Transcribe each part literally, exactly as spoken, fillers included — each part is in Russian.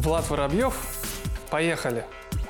Влад Воробьев. Поехали!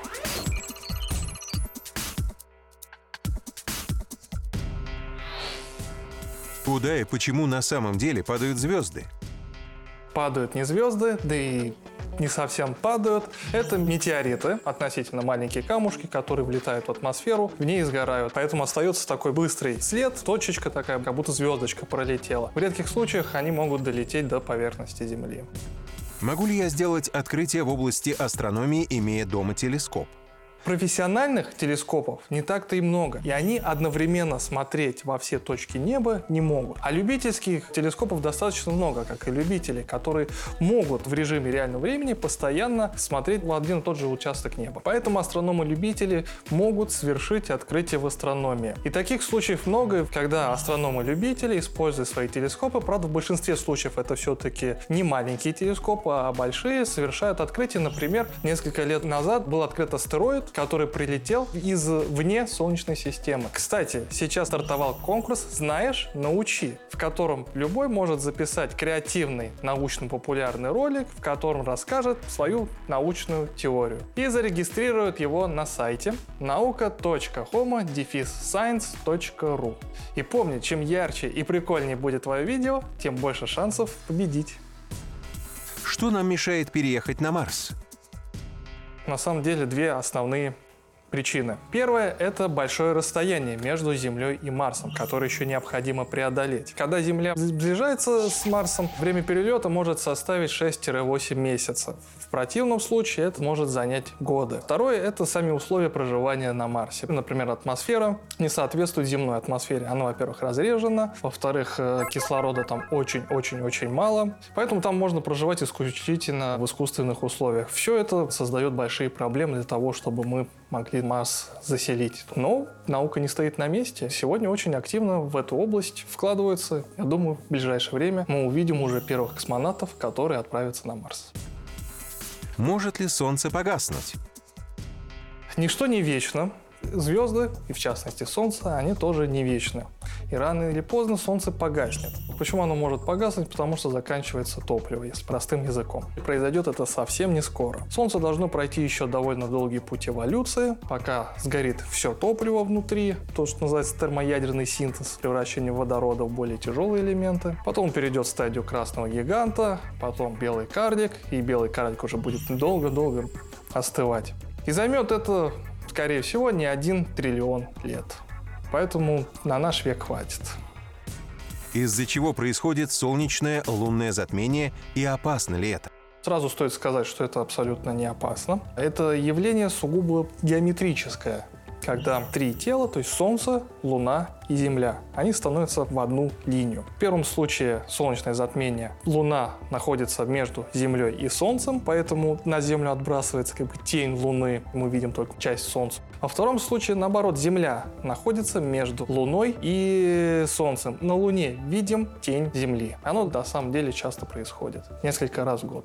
Куда и почему на самом деле падают звезды? Падают не звезды, да и не совсем падают. Это метеориты, относительно маленькие камушки, которые влетают в атмосферу, в ней сгорают. Поэтому остается такой быстрый след, точечка такая, как будто звездочка пролетела. В редких случаях они могут долететь до поверхности Земли. Могу ли я сделать открытие в области астрономии, имея дома телескоп? Профессиональных телескопов не так-то и много, и они одновременно смотреть во все точки неба не могут. А любительских телескопов достаточно много, как и любителей, которые могут в режиме реального времени постоянно смотреть в один и тот же участок неба. Поэтому астрономы-любители могут совершить открытие в астрономии. И таких случаев много, когда астрономы-любители используют свои телескопы. Правда, в большинстве случаев это все-таки не маленькие телескопы, а большие, совершают открытие. Например, несколько лет назад был открыт астероид, который прилетел из вне Солнечной системы. Кстати, сейчас стартовал конкурс «Знаешь, научи», в котором любой может записать креативный научно-популярный ролик, в котором расскажет свою научную теорию. И зарегистрирует его на сайте наука точка хома дефис сайенс точка ру. И помни, чем ярче и прикольнее будет твое видео, тем больше шансов победить. Что нам мешает переехать на Марс? На самом деле две основные причины. Первое – это большое расстояние между Землей и Марсом, которое еще необходимо преодолеть. Когда Земля сближается с Марсом, время перелета может составить шесть-восемь месяцев. В противном случае это может занять годы. Второе – это сами условия проживания на Марсе. Например, атмосфера не соответствует земной атмосфере. Она, во-первых, разрежена, во-вторых, кислорода там очень-очень-очень мало. Поэтому там можно проживать исключительно в искусственных условиях. Все это создает большие проблемы для того, чтобы мы могли Марс заселить. Но наука не стоит на месте. Сегодня очень активно в эту область вкладываются. Я думаю, в ближайшее время мы увидим уже первых космонавтов, которые отправятся на Марс. Может ли Солнце погаснуть? Ничто не вечно. Звезды, и в частности Солнце, они тоже не вечны. И рано или поздно Солнце погаснет. Почему оно может погаснуть? Потому что заканчивается топливо, если простым языком. И произойдет это совсем не скоро. Солнце должно пройти еще довольно долгий путь эволюции, пока сгорит все топливо внутри, то, что называется термоядерный синтез, превращение водорода в более тяжелые элементы. Потом перейдет в стадию красного гиганта, потом белый карлик, и белый карлик уже будет долго-долго остывать. И займет это, скорее всего, не один триллион лет. Поэтому на наш век хватит. Из-за чего происходит солнечное лунное затмение и опасно ли это? Сразу стоит сказать, что это абсолютно не опасно. Это явление сугубо геометрическое, когда три тела, то есть Солнце, Луна и Земля, они становятся в одну линию. В первом случае солнечное затмение. Луна находится между Землей и Солнцем, поэтому на Землю отбрасывается как бы тень Луны, мы видим только часть Солнца. Во втором случае, наоборот, Земля находится между Луной и Солнцем. На Луне видим тень Земли. Оно на самом деле часто происходит, несколько раз в год.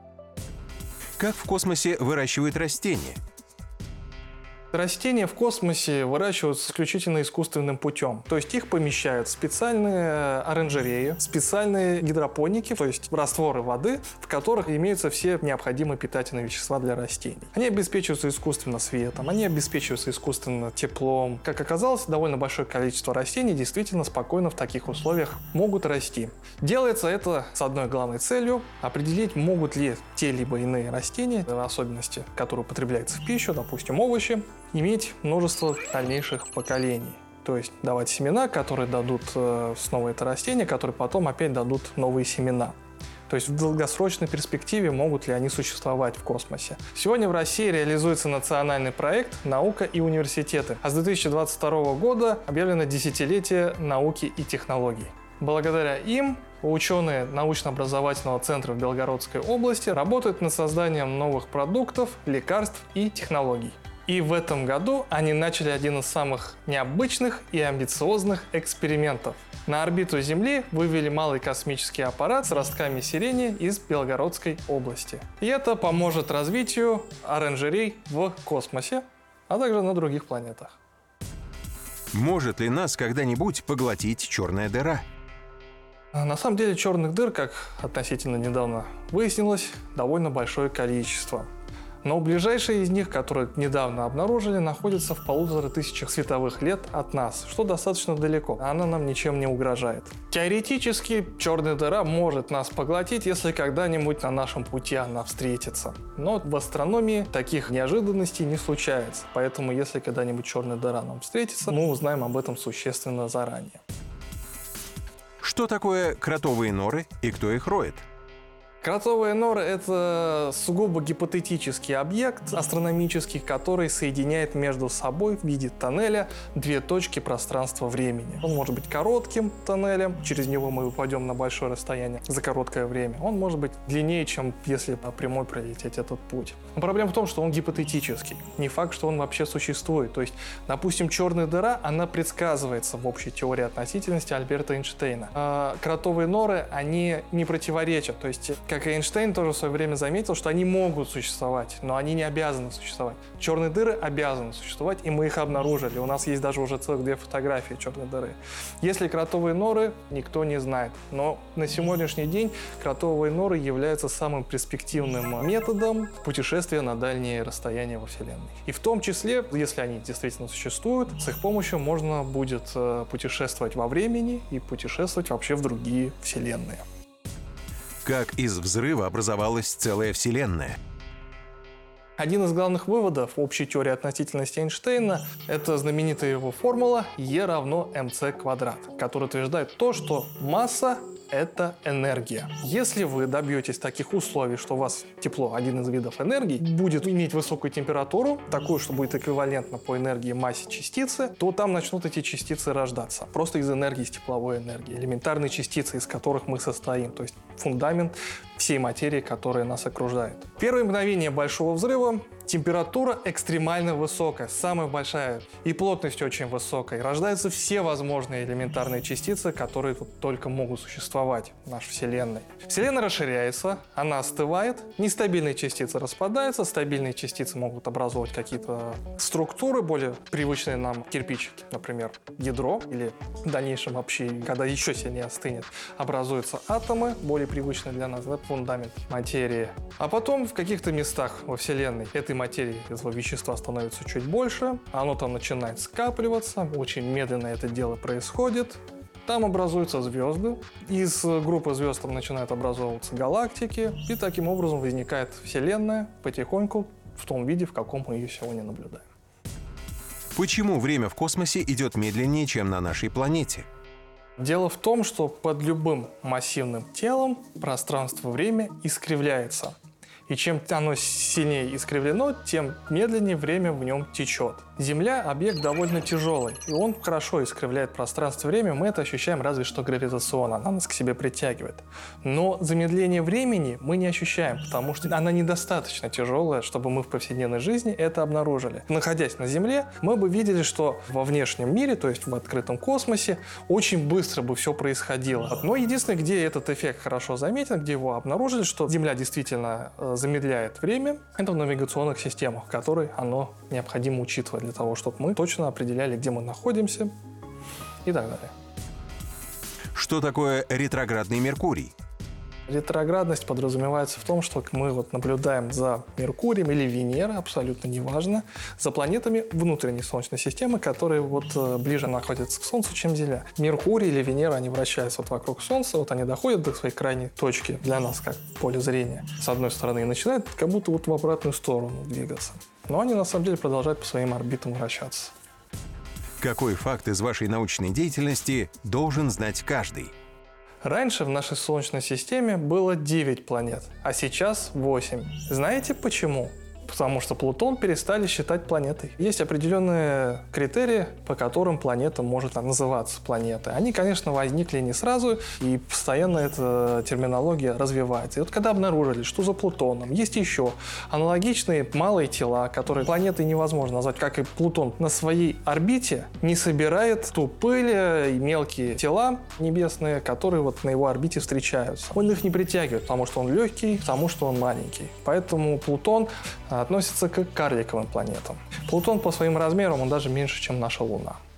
Как в космосе выращивают растения? Растения в космосе выращиваются исключительно искусственным путем. То есть их помещают в специальные оранжереи, специальные гидропоники, то есть растворы воды, в которых имеются все необходимые питательные вещества для растений. Они обеспечиваются искусственно светом, они обеспечиваются искусственно теплом. Как оказалось, довольно большое количество растений действительно спокойно в таких условиях могут расти. Делается это с одной главной целью – определить, могут ли те либо иные растения, в особенности, которые употребляются в пищу, допустим, овощи, иметь множество дальнейших поколений. То есть давать семена, которые дадут э, снова это растение, которые потом опять дадут новые семена. То есть в долгосрочной перспективе могут ли они существовать в космосе. Сегодня в России реализуется национальный проект «Наука и университеты». А с две тысячи двадцать второго года объявлено десятилетие науки и технологий. Благодаря им ученые научно-образовательного центра в Белгородской области работают над созданием новых продуктов, лекарств и технологий. И в этом году они начали один из самых необычных и амбициозных экспериментов. На орбиту Земли вывели малый космический аппарат с ростками сирени из Белгородской области. И это поможет развитию оранжерей в космосе, а также на других планетах. Может ли нас когда-нибудь поглотить черная дыра? На самом деле черных дыр, как относительно недавно выяснилось, довольно большое количество. Но ближайшие из них, которые недавно обнаружили, находятся в полутора тысячах световых лет от нас, что достаточно далеко. Она нам ничем не угрожает. Теоретически, черная дыра может нас поглотить, если когда-нибудь на нашем пути она встретится. Но в астрономии таких неожиданностей не случается. Поэтому, если когда-нибудь черная дыра нам встретится, мы узнаем об этом существенно заранее. Что такое кротовые норы и кто их роет? Кротовые норы — это сугубо гипотетический объект астрономический, который соединяет между собой в виде тоннеля две точки пространства-времени. Он может быть коротким тоннелем, через него мы упадем на большое расстояние за короткое время. Он может быть длиннее, чем если по прямой пролететь этот путь. Но проблема в том, что он гипотетический. Не факт, что он вообще существует. То есть, допустим, черная дыра, она предсказывается в общей теории относительности Альберта Эйнштейна. А кротовые норы, они не противоречат. То есть, как и Эйнштейн тоже в свое время заметил, что они могут существовать, но они не обязаны существовать. Черные дыры обязаны существовать, и мы их обнаружили. У нас есть даже уже целых две фотографии черной дыры. Если кротовые норы, никто не знает. Но на сегодняшний день кротовые норы являются самым перспективным методом путешествия на дальние расстояния во Вселенной. И в том числе, если они действительно существуют, с их помощью можно будет путешествовать во времени и путешествовать вообще в другие вселенные. Как из взрыва образовалась целая Вселенная? Один из главных выводов общей теории относительности Эйнштейна – это знаменитая его формула E равно mc квадрат, которая утверждает то, что масса – это энергия. Если вы добьетесь таких условий, что у вас тепло, один из видов энергии, будет иметь высокую температуру, такую, что будет эквивалентно по энергии массе частицы, то там начнут эти частицы рождаться. Просто из энергии, из тепловой энергии. Элементарные частицы, из которых мы состоим. То есть фундамент всей материи, которая нас окружает. В первые мгновения Большого взрыва температура экстремально высокая, самая большая, и плотность очень высокая. Рождаются все возможные элементарные частицы, которые тут только могут существовать в нашей Вселенной. Вселенная расширяется, она остывает, нестабильные частицы распадаются, стабильные частицы могут образовывать какие-то структуры, более привычные нам кирпич, например, ядро, или в дальнейшем вообще, когда еще сильнее остынет, образуются атомы, более привычные для нас, да, фундамент материи. А потом в каких-то местах во Вселенной этой материи, этого вещества становится чуть больше, оно там начинает скапливаться, очень медленно это дело происходит. Там образуются звезды, из группы звезд там начинают образовываться галактики, и таким образом возникает Вселенная потихоньку в том виде, в каком мы ее сегодня наблюдаем. Почему время в космосе идет медленнее, чем на нашей планете? Дело в том, что под любым массивным телом пространство-время искривляется. И чем оно сильнее искривлено, тем медленнее время в нем течет. Земля – объект довольно тяжелый, и он хорошо искривляет пространство-время. Мы это ощущаем разве что гравитационно, она нас к себе притягивает. Но замедление времени мы не ощущаем, потому что она недостаточно тяжелая, чтобы мы в повседневной жизни это обнаружили. Находясь на Земле, мы бы видели, что во внешнем мире, то есть в открытом космосе, очень быстро бы все происходило. Но единственное, где этот эффект хорошо заметен, где его обнаружили, что Земля действительно замедляет время, это в навигационных системах, которые оно необходимо учитывать для того, чтобы мы точно определяли, где мы находимся и так далее. Что такое ретроградный Меркурий? Ретроградность подразумевается в том, что мы вот наблюдаем за Меркурием или Венерой, абсолютно неважно, за планетами внутренней Солнечной системы, которые вот ближе находятся к Солнцу, чем Земля. Меркурий или Венера, они вращаются вот вокруг Солнца, вот они доходят до своей крайней точки для нас, как поле зрения, с одной стороны, и начинают как будто вот в обратную сторону двигаться. Но они на самом деле продолжают по своим орбитам вращаться. Какой факт из вашей научной деятельности должен знать каждый? Раньше в нашей Солнечной системе было девять планет, а сейчас восемь. Знаете почему? Потому что Плутон перестали считать планетой. Есть определенные критерии, по которым планета может называться планетой. Они, конечно, возникли не сразу, и постоянно эта терминология развивается. И вот когда обнаружили, что за Плутоном есть еще аналогичные малые тела, которые планетой невозможно назвать, как и Плутон на своей орбите не собирает ту пыль и мелкие тела небесные, которые вот на его орбите встречаются. Он их не притягивает, потому что он легкий, потому что он маленький. Поэтому Плутон относится к карликовым планетам. Плутон по своим размерам, он даже меньше, чем наша Луна.